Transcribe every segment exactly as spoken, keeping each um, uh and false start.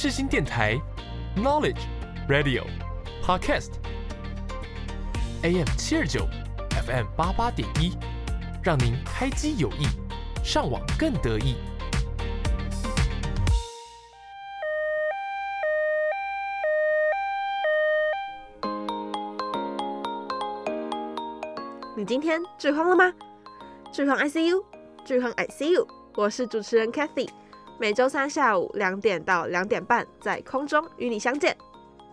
世新电台 Knowledge Radio Podcast A M 七二九 F M 八八点一，让您开机有益，上网更得意。 你今天剧荒了吗？剧荒 I C U， 剧荒 I C U， 我是主持人 Kathy， 每周三下午两点到两点半在空中与你相见。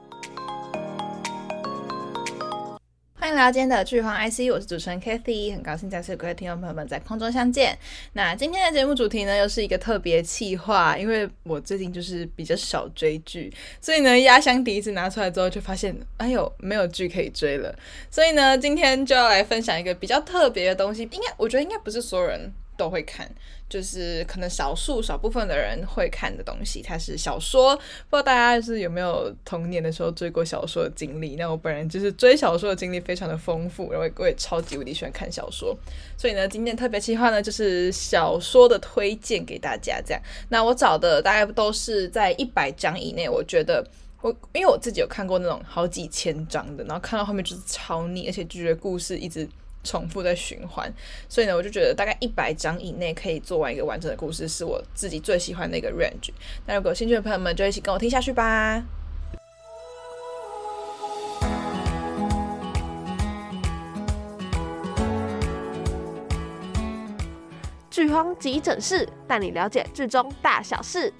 欢迎来到今天的剧荒 I C U， 我是主持人 Kathy， 很高兴再次与各位听众朋友们在空中相见。那今天的节目主题呢，又是一个特别企划，因为我最近就是比较少追剧，所以呢，压箱底一直拿出来之后，就发现，哎呦，没有剧可以追了。所以呢，今天就要来分享一个比较特别的东西，应该我觉得应该不是所有人都会看，就是可能少数少部分的人会看的东西，它是小说。不知道大家是有没有童年的时候追过小说的经历？那我本人就是追小说的经历非常的丰富，然后我也超级无敌喜欢看小说。所以呢，今天特别企划呢，就是小说的推荐给大家。这样，那我找的大概都是在一百章以内，我觉得。我因为我自己有看过那种好几千章的，然后看到后面就是超腻，而且就觉得故事一直重复在循环，所以呢，我就觉得大概一百章以内可以做完一个完整的故事，是我自己最喜欢的一个 range。那如果有兴趣的朋友们，就一起跟我听下去吧。 剧荒急诊室，带你了解剧中大小事。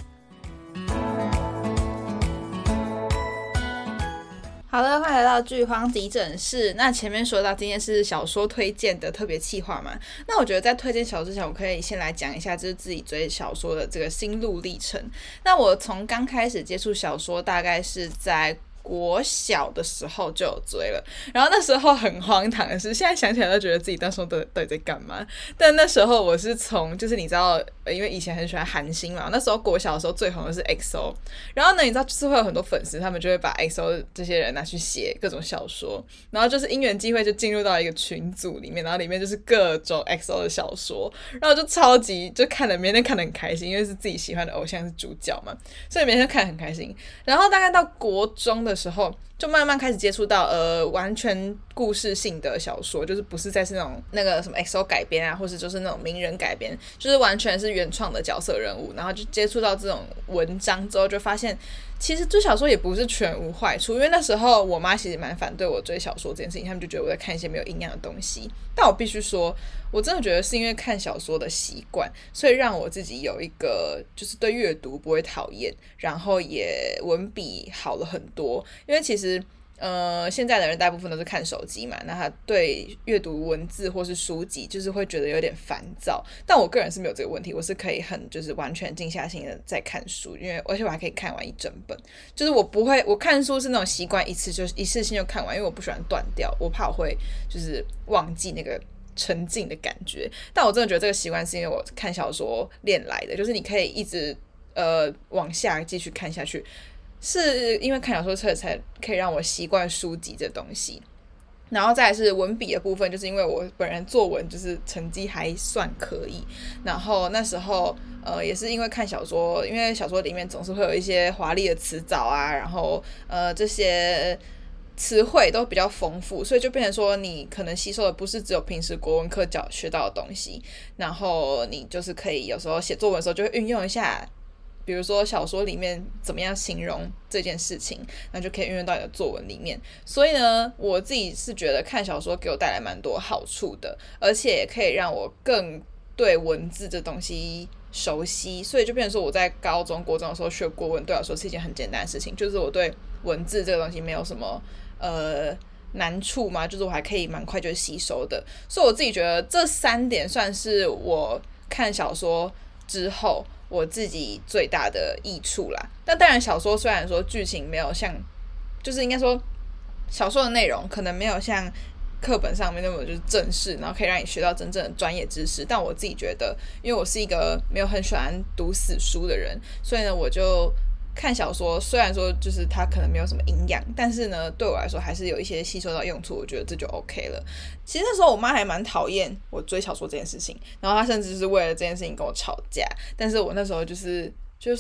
好的，欢迎来到剧荒急诊室。那前面说到今天是小说推荐的特别企划嘛，那我觉得在推荐小说之前，我可以先来讲一下就是自己追小说的这个心路历程。那我从刚开始接触小说，大概是在国小的时候就有追了，然后那时候很荒唐的是，现在想起来都觉得自己那时候到底在干嘛。但那时候我是从，就是你知道，因为以前很喜欢韩星嘛，那时候国小的时候最红的是 X O， 然后呢，你知道就是会有很多粉丝，他们就会把 X O 这些人拿去写各种小说，然后就是因缘际会就进入到一个群组里面，然后里面就是各种 X O 的小说，然后就超级就看了，每天看得很开心，因为是自己喜欢的偶像是主角嘛，所以每天看得很开心。然后大概到国中的时候，就慢慢开始接触到呃完全故事性的小说，就是不是再是那种那个什么 X O 改编啊，或是就是那种名人改编，就是完全是原创的角色人物，然后就接触到这种文章之后，就发现其实追小说也不是全无坏处。因为那时候我妈其实蛮反对我追小说这件事情，他们就觉得我在看一些没有营养的东西。但我必须说，我真的觉得是因为看小说的习惯，所以让我自己有一个就是对阅读不会讨厌，然后也文笔好了很多。因为其实呃，现在的人大部分都是看手机嘛，那他对阅读文字或是书籍就是会觉得有点烦躁。但我个人是没有这个问题，我是可以很就是完全静下心的在看书，因为而且我还可以看完一整本。就是我不会，我看书是那种习惯一次就一次性就看完，因为我不喜欢断掉，我怕我会就是忘记那个沉浸的感觉。但我真的觉得这个习惯是因为我看小说练来的，就是你可以一直呃往下继续看下去。是因为看小说才才可以让我习惯书籍这东西。然后再来是文笔的部分，就是因为我本人作文就是成绩还算可以，然后那时候呃也是因为看小说，因为小说里面总是会有一些华丽的词藻啊，然后呃这些词汇都比较丰富，所以就变成说你可能吸收的不是只有平时国文课教学到的东西，然后你就是可以有时候写作文的时候就会运用一下，比如说小说里面怎么样形容这件事情，那就可以运用到你的作文里面。所以呢，我自己是觉得看小说给我带来蛮多好处的，而且也可以让我更对文字这东西熟悉。所以就变成说我在高中国中的时候学国文，对我来说是一件很简单的事情，就是我对文字这个东西没有什么呃难处嘛，就是我还可以蛮快就吸收的。所以我自己觉得这三点算是我看小说之后我自己最大的益处啦。但当然小说虽然说剧情没有像，就是应该说小说的内容可能没有像课本上面那么就是正式，然后可以让你学到真正的专业知识，但我自己觉得因为我是一个没有很喜欢读死书的人，所以呢我就看小说，虽然说就是它可能没有什么营养，但是呢对我来说还是有一些吸收到用处，我觉得这就 OK 了。其实那时候我妈还蛮讨厌我追小说这件事情，然后她甚至是为了这件事情跟我吵架，但是我那时候就是就是说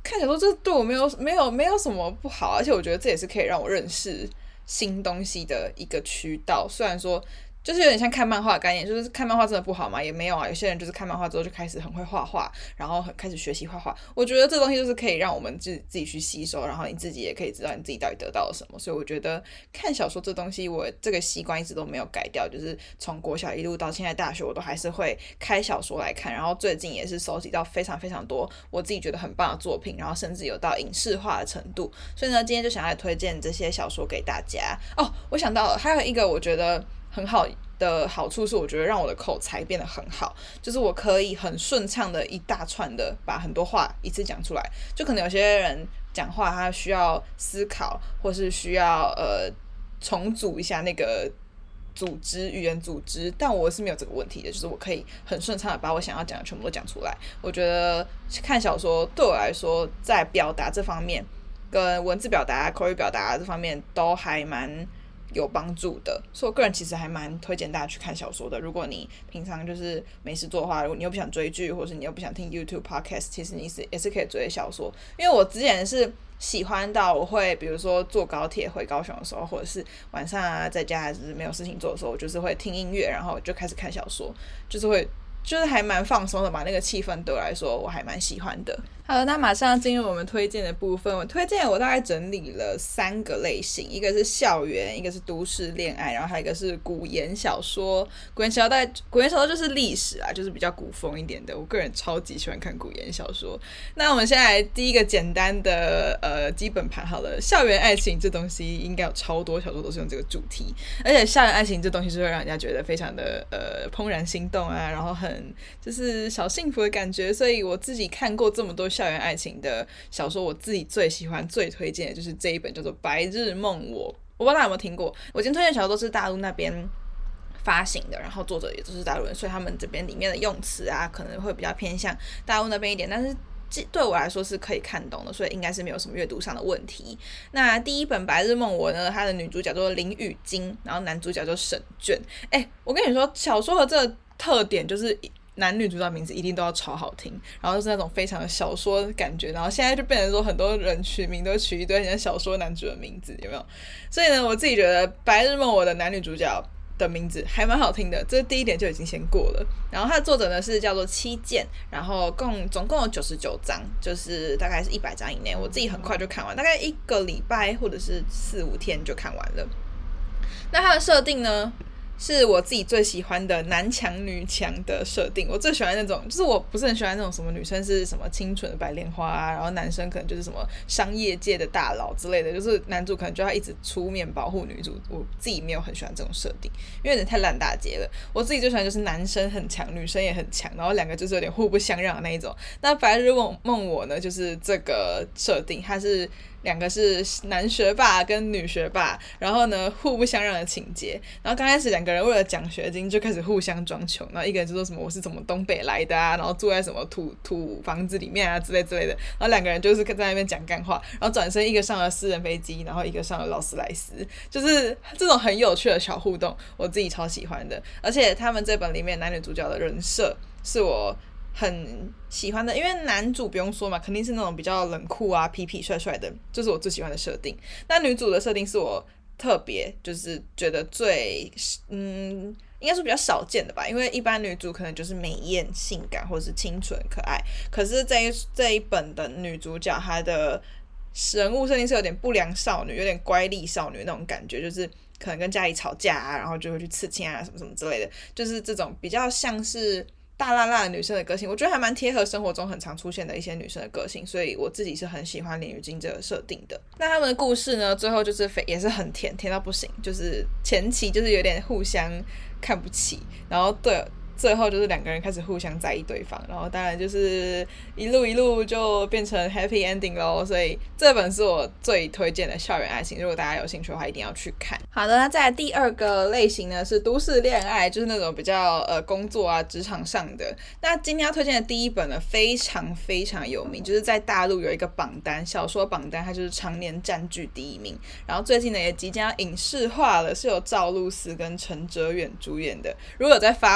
看小说这对我没有没有没有什么不好，而且我觉得这也是可以让我认识新东西的一个渠道。虽然说就是有点像看漫画的概念，就是看漫画真的不好吗？也没有啊。有些人就是看漫画之后就开始很会画画，然后很开始学习画画。我觉得这东西就是可以让我们自自己去吸收，然后你自己也可以知道你自己到底得到了什么。所以我觉得看小说这东西，我这个习惯一直都没有改掉，就是从国小一路到现在大学，我都还是会开小说来看。然后最近也是收集到非常非常多我自己觉得很棒的作品，然后甚至有到影视化的程度。所以呢，今天就想来推荐这些小说给大家。哦，我想到了，还有一个我觉得很好的好处是，我觉得让我的口才变得很好，就是我可以很顺畅的一大串的把很多话一次讲出来。就可能有些人讲话他需要思考，或是需要呃重组一下那个组织语言组织，但我是没有这个问题的，就是我可以很顺畅的把我想要讲的全部都讲出来。我觉得看小说对我来说，在表达这方面跟文字表达、口语表达这方面都还蛮有帮助的，所以我个人其实还蛮推荐大家去看小说的。如果你平常就是没事做的话，如果你又不想追剧，或者是你又不想听 YouTube podcast， 其实你是也是可以追小说。因为我之前是喜欢到我会比如说坐高铁回高雄的时候，或者是晚上啊在家就是没有事情做的时候，我就是会听音乐，然后就开始看小说，就是会就是还蛮放松的吧，那个气氛对我来说我还蛮喜欢的。好了，那马上进入我们推荐的部分。我推荐我大概整理了三个类型，一个是校园，一个是都市恋爱，然后还有一个是古言小说。古言小说大概古言小说就是历史啊，就是比较古风一点的。我个人超级喜欢看古言小说。那我们现在来第一个简单的呃基本盘好了，校园爱情这东西应该有超多小说都是用这个主题，而且校园爱情这东西是会让人家觉得非常的呃怦然心动啊，然后很就是小幸福的感觉。所以我自己看过这么多校园爱情的小说，我自己最喜欢最推荐的就是这一本叫做《白日梦我》。我不知道大家有没有听过，我今天推荐的小说都是大陆那边发行的，然后作者也都是大陆人，所以他们这边里面的用词啊可能会比较偏向大陆那边一点，但是对我来说是可以看懂的，所以应该是没有什么阅读上的问题。那第一本《白日梦我》呢，它的女主角叫做林雨晶，然后男主角叫沈卷。哎，我跟你说，小说的这个特点就是男女主角名字一定都要超好听，然后就是那种非常的小说的感觉，然后现在就变成说很多人取名都取一堆像小说男主的名字，有没有？所以呢，我自己觉得《白日梦我》的男女主角的名字还蛮好听的，这第一点就已经先过了。然后它的作者呢是叫做七剑，然后共总共有九十九章，就是大概是一百章以内，我自己很快就看完，大概一个礼拜或者是四五天就看完了。那它的设定呢，是我自己最喜欢的男强女强的设定。我最喜欢那种，就是我不是很喜欢那种什么女生是什么清纯的白莲花啊，然后男生可能就是什么商业界的大佬之类的，就是男主可能就要一直出面保护女主。我自己没有很喜欢这种设定，因为有点太烂大街了。我自己最喜欢就是男生很强，女生也很强，然后两个就是有点互不相让的那一种。那白日梦梦我呢，就是这个设定，它是两个是男学霸跟女学霸，然后呢互不相让的情节。然后刚开始两个人为了奖学金就开始互相装穷，然后一个人就说什么我是从东北来的啊，然后住在什么土土房子里面啊之类之类的，然后两个人就是在那边讲干话，然后转身一个上了私人飞机，然后一个上了劳斯莱斯，就是这种很有趣的小互动，我自己超喜欢的。而且他们这本里面男女主角的人设是我很喜欢的，因为男主不用说嘛，肯定是那种比较冷酷啊、痞痞帅帅的，这是我最喜欢的设定。那女主的设定是我特别就是觉得最嗯，应该是比较少见的吧，因为一般女主可能就是美艳、性感或者是清纯可爱，可是这一这一本的女主角她的人物设定是有点不良少女，有点乖戾少女那种感觉，就是可能跟家里吵架啊，然后就会去刺青啊什么什么之类的，就是这种比较像是大辣辣的女生的个性，我觉得还蛮贴合生活中很常出现的一些女生的个性，所以我自己是很喜欢林雨晶这个设定的。那他们的故事呢，最后就是也是很甜，甜到不行，就是前期就是有点互相看不起，然后对最后就是两个人开始互相在意对方，然后当然就是一路一路就变成 happy ending 咯，所以这本是我最推荐的校园爱情，如果大家有兴趣的话一定要去看。好的，那再来第二个类型呢是都市恋爱，就是那种比较呃工作啊职场上的。那今天要推荐的第一本呢非常非常有名，就是在大陆有一个榜单，小说榜单，它就是常年占据第一名，然后最近呢也即将影视化了，是由赵露思跟陈哲远主演的。如果有在 follow 陆圈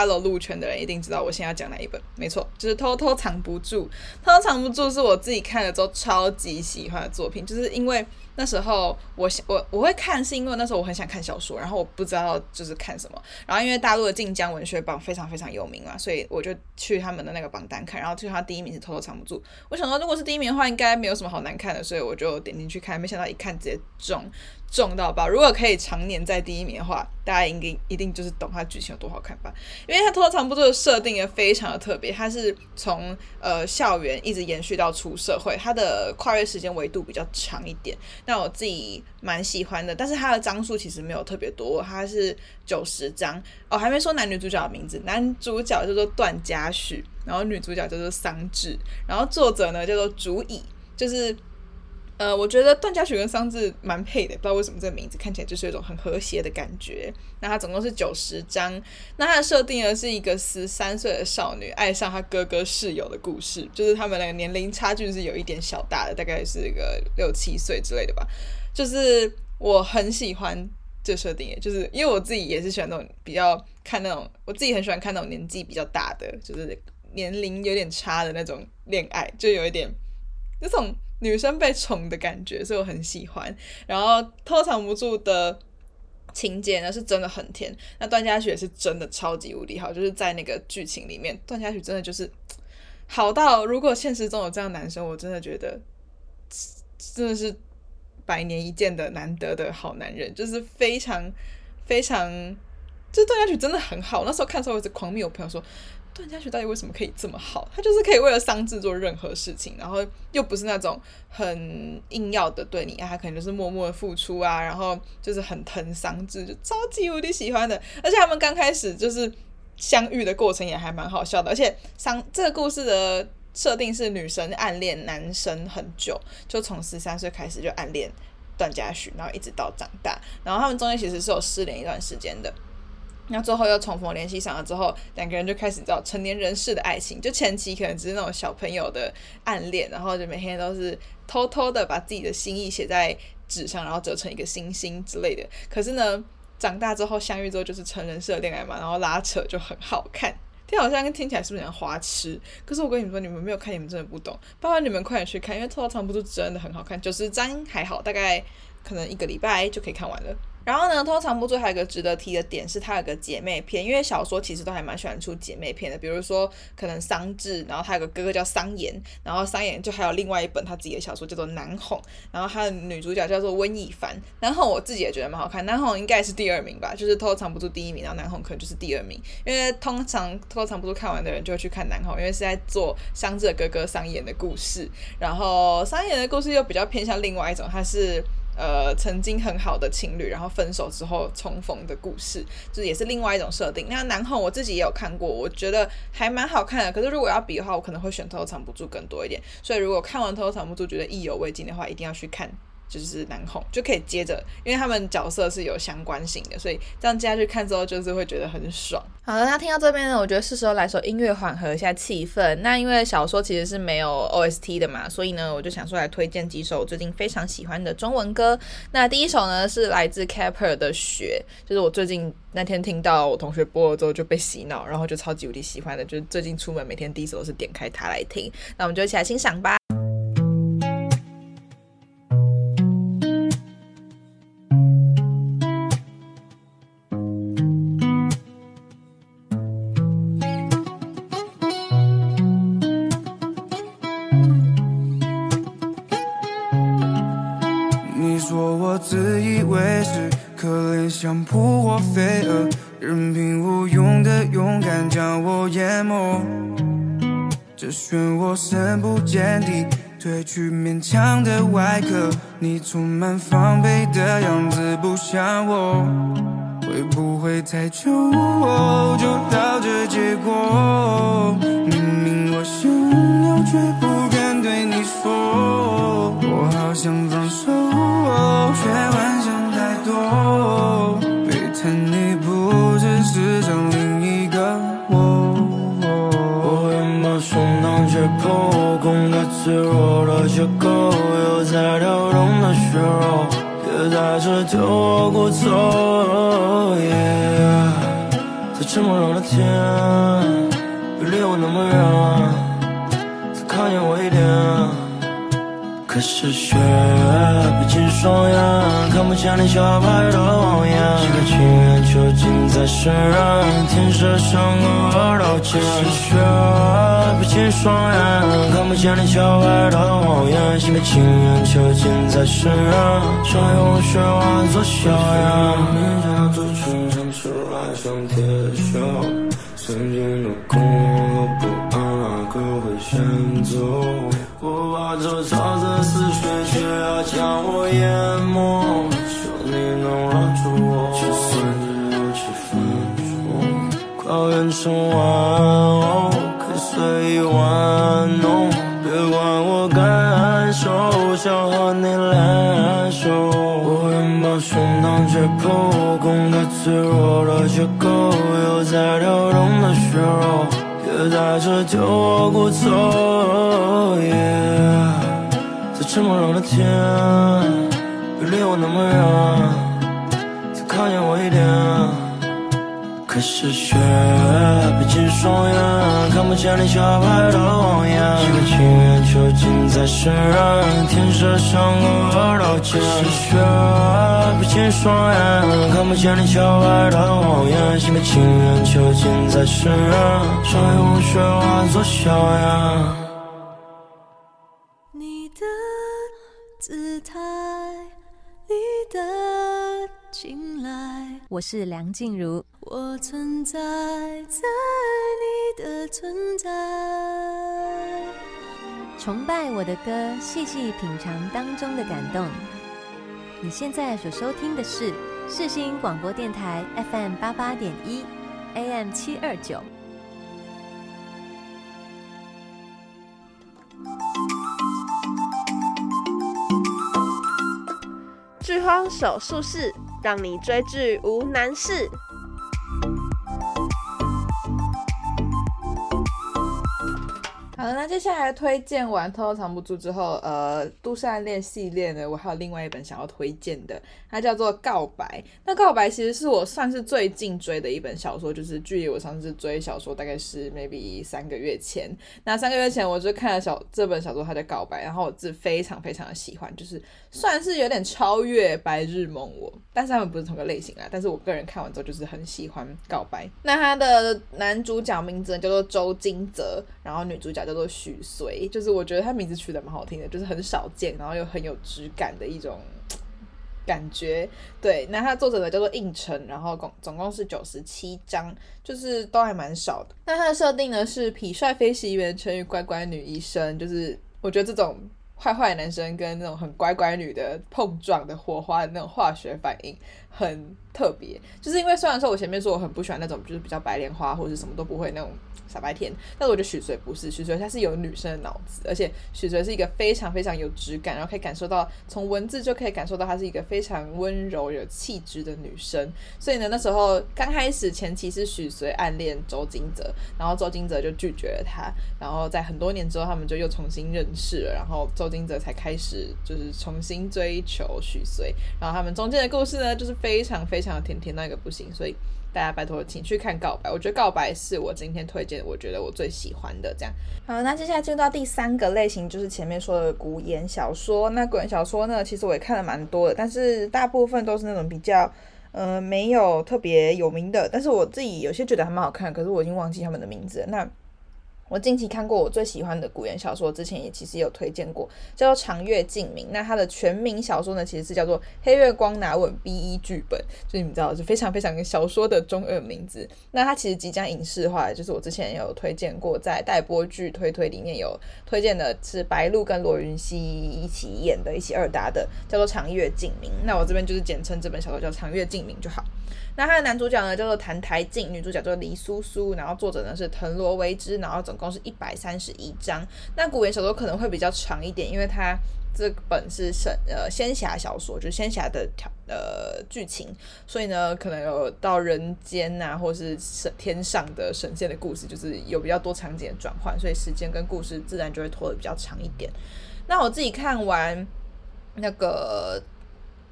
圈的人一定知道我现在要讲哪一本，没错，就是偷偷藏不住。偷偷藏不住是我自己看了之后超级喜欢的作品，就是因为那时候我我我会看，是因为那时候我很想看小说，然后我不知道就是看什么，然后因为大陆的晋江文学榜非常非常有名嘛，所以我就去他们的那个榜单看，然后最后他第一名是偷偷藏不住。我想说如果是第一名的话，应该没有什么好难看的，所以我就点进去看，没想到一看直接中中到爆。如果可以常年在第一名的话，大家应该一定就是懂它剧情有多好看吧？因为它偷偷藏不住的设定也非常的特别，它是从呃校园一直延续到出社会，它的跨越时间维度比较长一点。那我自己蛮喜欢的，但是它的章数其实没有特别多，它是九十章哦。还没说男女主角的名字，男主角叫做段嘉许，然后女主角叫做桑稚，然后作者呢叫做竹乙，就是呃，我觉得段嘉许跟桑稚蛮配的，不知道为什么这个名字看起来就是有一种很和谐的感觉。那它总共是九十章，那它的设定呢是一个十三岁的少女爱上她哥哥室友的故事，就是他们那个年龄差距是有一点小大的，大概是一个六七岁之类的吧。就是我很喜欢这设定，就是因为我自己也是喜欢那种比较看那种，我自己很喜欢看那种年纪比较大的，就是年龄有点差的那种恋爱，就有一点那种女生被宠的感觉，所以我很喜欢。然后偷藏不住的情节呢是真的很甜，那段嘉许也是真的超级无敌好，就是在那个剧情里面，段嘉许真的就是好到如果现实中有这样的男生，我真的觉得真的是百年一见的难得的好男人，就是非常非常，就是段嘉许真的很好。那时候看的时候我一直狂密我朋友说，段嘉许到底为什么可以这么好？他就是可以为了桑稚做任何事情，然后又不是那种很硬要的对你爱，他可能就是默默的付出啊，然后就是很疼桑稚，就超级无敌喜欢的。而且他们刚开始就是相遇的过程也还蛮好笑的，而且桑这个故事的设定是女生暗恋男生很久，就从十三岁开始就暗恋段嘉许，然后一直到长大，然后他们中间其实是有失联一段时间的。那最后又重逢联系上了之后，两个人就开始找成年人式的爱情，就前期可能只是那种小朋友的暗恋，然后就每天都是偷偷的把自己的心意写在纸上，然后折成一个星星之类的。可是呢，长大之后相遇之后就是成人式的恋爱嘛，然后拉扯就很好看。听好像听起来是不是很花痴？可是我跟你们说，你们没有看，你们真的不懂。包括你们快点去看，因为偷偷藏不住真的很好看，九十章还好，大概可能一个礼拜就可以看完了。然后呢，偷偷藏不住还有一个值得提的点是它有个姐妹篇，因为小说其实都还蛮喜欢出姐妹篇的，比如说可能桑稚，然后他有个哥哥叫桑延，然后桑延就还有另外一本他自己的小说叫做南哄，然后他的女主角叫做温以凡。南哄我自己也觉得蛮好看，南哄应该也是第二名吧，就是偷偷藏不住第一名，然后南哄可能就是第二名，因为通常偷偷藏不住看完的人就会去看南哄，因为是在做桑稚的哥哥桑延的故事，然后桑延的故事又比较偏向另外一种，他是呃，曾经很好的情侣，然后分手之后重逢的故事，就是也是另外一种设定。那南哄我自己也有看过，我觉得还蛮好看的。可是如果要比的话，我可能会选偷偷藏不住更多一点。所以如果看完偷偷藏不住觉得意犹未尽的话，一定要去看就是南哄，就可以接着，因为他们角色是有相关性的，所以这样接下去看之后就是会觉得很爽。好的，那听到这边呢，我觉得是时候来首音乐缓和一下气氛。那因为小说其实是没有 O S T 的嘛，所以呢，我就想说来推荐几首我最近非常喜欢的中文歌。那第一首呢是来自 Kepler 的雪，就是我最近那天听到我同学播了之后就被洗脑，然后就超级无敌喜欢的，就是最近出门每天第一首都是点开它来听。那我们就一起来欣赏吧。 自以为是，可怜像扑火飞蛾，任凭无用的勇敢将我淹没。这漩涡深不见底，褪去勉强的外壳，你充满防备的样子不像我。会不会太久就到这结果？明明我想要却不敢对你说，我好想放手却幻想太多，背叛你不只是找另一个我。 我拥抱胸膛缺口，空的脆弱的缺口，有在跳动的血肉，可在这对我过错。Yeah， 在这么冷的天，别离我那么远，再靠近我一点。可是雪逼近双眼，看不见你下摆的望眼，心甘情愿囚禁在身人，天色像个耳道尖。可是雪逼近双眼，看不见你下摆的望眼，心甘情愿囚禁在身人，想用雪化作硝烟。你家做春常吃来像铁锈，曾经的空和不安可会先走，我把这潮的似水却要将我淹没，求你能拉住我，就算只有几分钟，快变成玩偶，可以随意玩弄，别管我感受，想和你联手。我愿把胸膛解剖，公开脆弱的结构，有在跳动的血肉，别在这丢我骨头。Yeah， 在这么冷的天，别离我那么远，再靠近我一点。可是雪逼近双眼，看不见你下摆的望眼，心甘情愿囚禁在身人，天色像个耳道尖。可是雪逼近双眼，看不见你下摆的望眼，心甘情愿囚禁在身人，想用雪化作硝烟。 你的姿态，你的青睐， 我是梁静茹， 我存在在你的存在。 崇拜我的歌，细细品尝当中的感动。你现在所收听的是世新广播电台 F M 八八点一 A M 七二九。 剧荒手术室，让你追剧无难事。 好了，那接下来推荐完《偷偷藏不住》之后，呃，《都市暗恋》系列呢，我还有另外一本想要推荐的，它叫做《告白》。那《告白》其实是我算是最近追的一本小说，就是距离我上次追小说大概是 maybe 三个月前。那三个月前我就看了小这本小说，它叫《告白》，然后我自非常非常的喜欢，就是算是有点超越《白日梦我》，但是他们不是同个类型啦。但是我个人看完之后就是很喜欢《告白》。那他的男主角名字叫做周金泽，然后女主角叫做许随，就是我觉得他名字取得蛮好听的，就是很少见，然后又很有质感的一种感觉。对，那他的作者呢叫做应成，然后共总共是九十七章，就是都还蛮少的。那他的设定呢是痞帅飞行员乘以乖乖女医生，就是我觉得这种坏坏男生跟那种很乖乖女的碰撞的火花的那种化学反应很特别。就是因为虽然说我前面说我很不喜欢那种就是比较白莲花或者是什么都不会那种傻白甜，但是我觉得许随不是，许随他是有女生的脑子，而且许随是一个非常非常有质感，然后可以感受到从文字就可以感受到她是一个非常温柔有气质的女生。所以呢，那时候刚开始前期是许随暗恋周金泽，然后周金泽就拒绝了他，然后在很多年之后他们就又重新认识了，然后周金泽才开始就是重新追求许随，然后他们中间的故事呢就是非常非常的甜甜到一个不行。所以大家拜托请去看《告白》，我觉得《告白》是我今天推荐我觉得我最喜欢的这样。好，那接下来进入到第三个类型，就是前面说的古言小说。那古言小说呢，其实我也看了蛮多的，但是大部分都是那种比较呃没有特别有名的，但是我自己有些觉得还蛮好看，可是我已经忘记他们的名字了。那我近期看过我最喜欢的古言小说，之前也其实也有推荐过，叫做长月烬明。那它的全名小说呢，其实是叫做黑月光拿稳 B 一 剧本，就是你们知道是非常非常小说的中二名字。那它其实即将影视化，就是我之前也有推荐过，在待播剧推推里面有推荐的是白鹿跟罗云熙一起演的，一起二搭的，叫做长月烬明。那我这边就是简称这本小说叫长月烬明就好。那他的男主角呢叫做谭台烬，女主角叫做黎苏苏，然后作者呢是藤萝为之，然后总共是一百三十一章。那古言小说可能会比较长一点，因为它这本是呃仙侠小说，就是仙侠的呃剧情，所以呢可能有到人间啊，或是天上的神仙的故事，就是有比较多场景的转换，所以时间跟故事自然就会拖得比较长一点。那我自己看完那个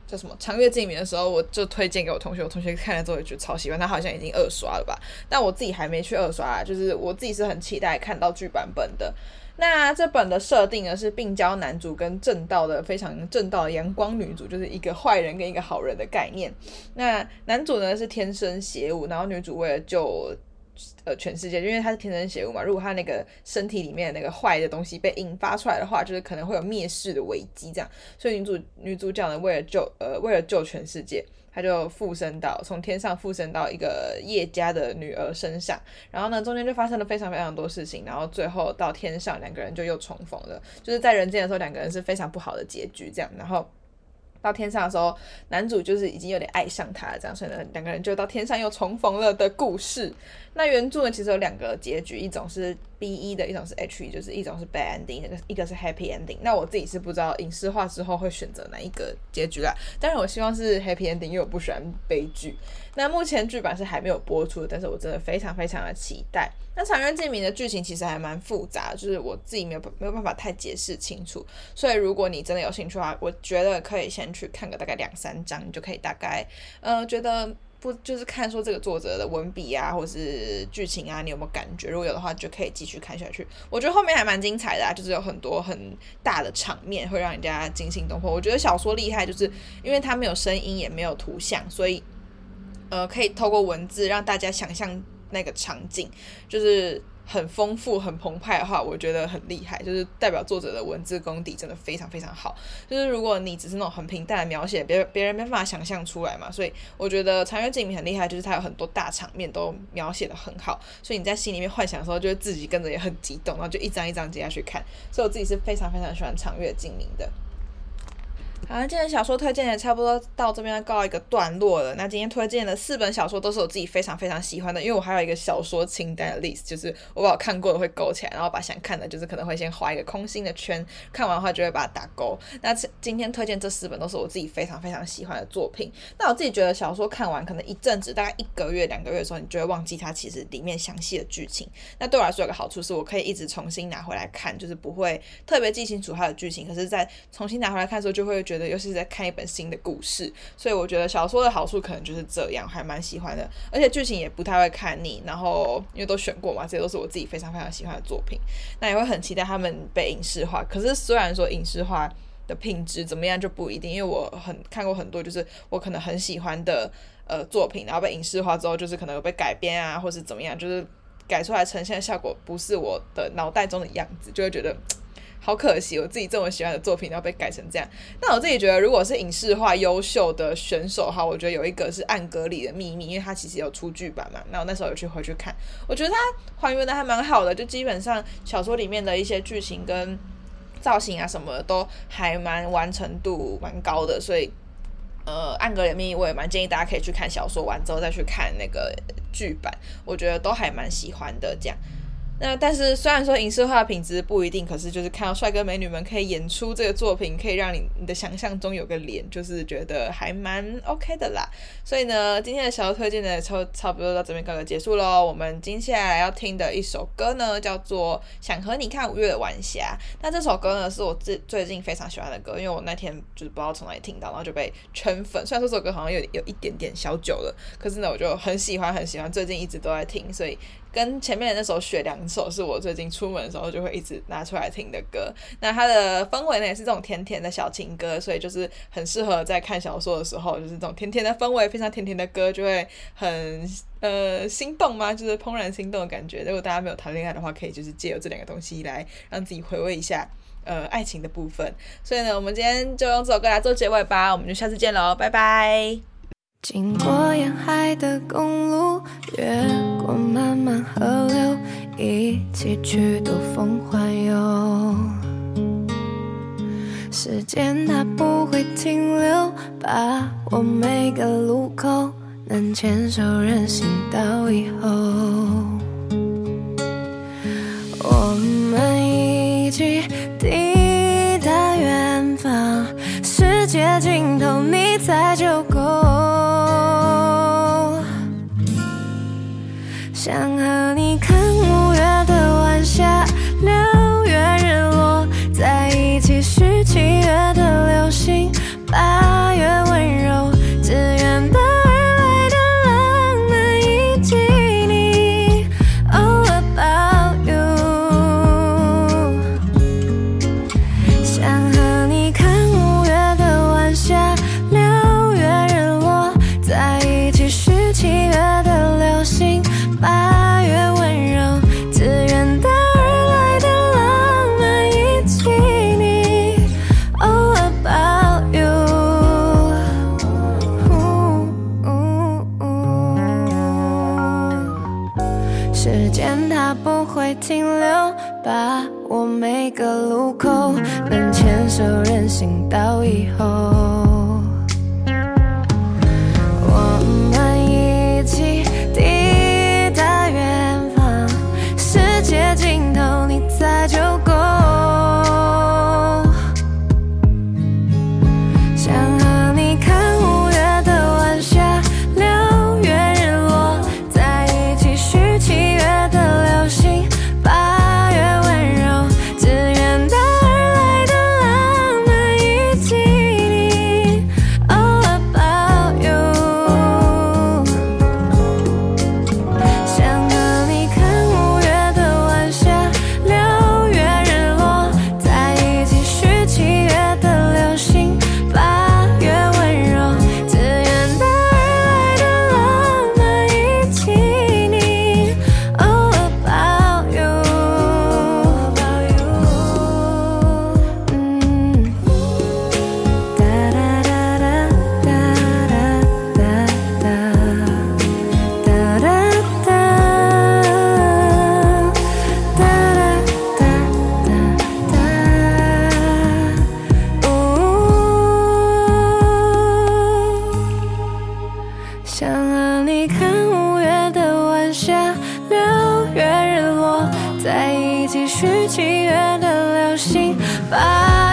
叫什么长月烬明的时候，我就推荐给我同学，我同学看了之后也觉得超喜欢，他好像已经二刷了吧，但我自己还没去二刷啦，就是我自己是很期待看到剧版本的。那这本的设定呢是病娇男主跟正道的非常正道的阳光女主，就是一个坏人跟一个好人的概念。那男主呢是天生邪物，然后女主为了救呃全世界，因为他是天生邪物嘛，如果他那个身体里面的那个坏的东西被引发出来的话，就是可能会有灭世的危机这样。所以女主女主角呢为了救呃为了救全世界，他就附身到从天上附身到一个叶家的女儿身上，然后呢中间就发生了非常非常多事情，然后最后到天上两个人就又重逢了，就是在人间的时候两个人是非常不好的结局这样，然后到天上的时候男主就是已经有点爱上她了这样，所以呢两个人就到天上又重逢了的故事。那原著呢其实有两个结局，一种是 B E 的，一种是 H E， 就是一种是 bad ending， 一个是 happy ending。 那我自己是不知道影视化之后会选择哪一个结局啦，当然我希望是 happy ending， 因为我不喜欢悲剧。那目前剧版是还没有播出，但是我真的非常非常的期待。那长月烬明的剧情其实还蛮复杂，就是我自己没有没有办法太解释清楚，所以如果你真的有兴趣的话，我觉得可以先去看个大概两三章，你就可以大概呃觉得不就是看说这个作者的文笔啊或是剧情啊你有没有感觉，如果有的话就可以继续看下去。我觉得后面还蛮精彩的啊，就是有很多很大的场面会让人家惊心动魄。我觉得小说厉害就是因为它没有声音也没有图像，所以呃可以透过文字让大家想象那个场景，就是很丰富很澎湃的话，我觉得很厉害，就是代表作者的文字功底真的非常非常好。就是如果你只是那种很平淡的描写，别别人没办法想象出来嘛，所以我觉得长月烬明很厉害，就是他有很多大场面都描写的很好，所以你在心里面幻想的时候就会自己跟着也很激动，然后就一张一张接下去看，所以我自己是非常非常喜欢长月烬明的。好，今天小说推荐也差不多到这边要告一个段落了。那今天推荐的四本小说都是我自己非常非常喜欢的，因为我还有一个小说清单的 list， 就是我把我看过的会勾起来，然后把想看的就是可能会先画一个空心的圈，看完的话就会把它打勾。那今天推荐这四本都是我自己非常非常喜欢的作品。那我自己觉得小说看完可能一阵子大概一个月两个月的时候，你就会忘记它其实里面详细的剧情。那对我来说有个好处是我可以一直重新拿回来看，就是不会特别记清楚它的剧情，可是在重新拿回来看的时候就会觉得又是在看一本新的故事。所以我觉得小说的好处可能就是这样，还蛮喜欢的，而且剧情也不太会看腻，然后因为都选过嘛，这些都是我自己非常非常喜欢的作品，那也会很期待他们被影视化。可是虽然说影视化的品质怎么样就不一定，因为我很看过很多就是我可能很喜欢的呃作品，然后被影视化之后就是可能有被改编啊或是怎么样，就是改出来呈现的效果不是我的脑袋中的样子，就会觉得好可惜，我自己这么喜欢的作品要被改成这样。那我自己觉得如果是影视化优秀的选手哈，我觉得有一个是暗格里的秘密，因为它其实有出剧版嘛，那我那时候有去回去看，我觉得它还原的还蛮好的，就基本上小说里面的一些剧情跟造型啊什么的都还蛮完成度蛮高的，所以呃，暗格里的秘密我也蛮建议大家可以去看小说完之后再去看那个剧版，我觉得都还蛮喜欢的这样。那但是虽然说影视化的品质不一定，可是就是看到帅哥美女们可以演出这个作品，可以让你你的想象中有个脸，就是觉得还蛮 OK 的啦。所以呢，今天的小说推荐呢差差不多到这边告个结束咯。我们接下来要听的一首歌呢叫做想和你看五月的晚霞。那这首歌呢是我最最近非常喜欢的歌，因为我那天就是不知道从哪里听到，然后就被圈粉。虽然说这首歌好像有有一点点小久了，可是呢我就很喜欢很喜欢，最近一直都在听，所以跟前面的那首雪两首是我最近出门的时候就会一直拿出来听的歌。那它的氛围呢也是这种甜甜的小情歌，所以就是很适合在看小说的时候，就是这种甜甜的氛围，非常甜甜的歌就会很呃心动嘛，就是怦然心动的感觉。如果大家没有谈恋爱的话，可以就是借由这两个东西来让自己回味一下呃爱情的部分。所以呢我们今天就用这首歌来做结尾吧，我们就下次见咯，拜拜。 经过沿海的公路，越过漫漫河流，一起去兜风环游。时间它不会停留，把握每个路口，能牵手任性到以后。我们一起抵达远方，世界尽头你才就够。想和你看五月的晚霞，六月日落，在一起许七月的流星，八月温停留，把握每个路口，能牵手任行到以后。我们一起抵达远方，世界尽头你在就够。想和你看五月的晚霞，六月日落，在一起许七月的流星，八月温柔，自远道而来的浪漫与记忆 All about you。 想和你看五月的晚霞，六月日落，在一起许七月的流星，八月温柔，自远道而来的浪漫与记忆 All about you。 嗯，哒哒哒哒哒哒哒哒哒哒哒想和你看五月的晚霞，六月日落，在一起许七月的流星，八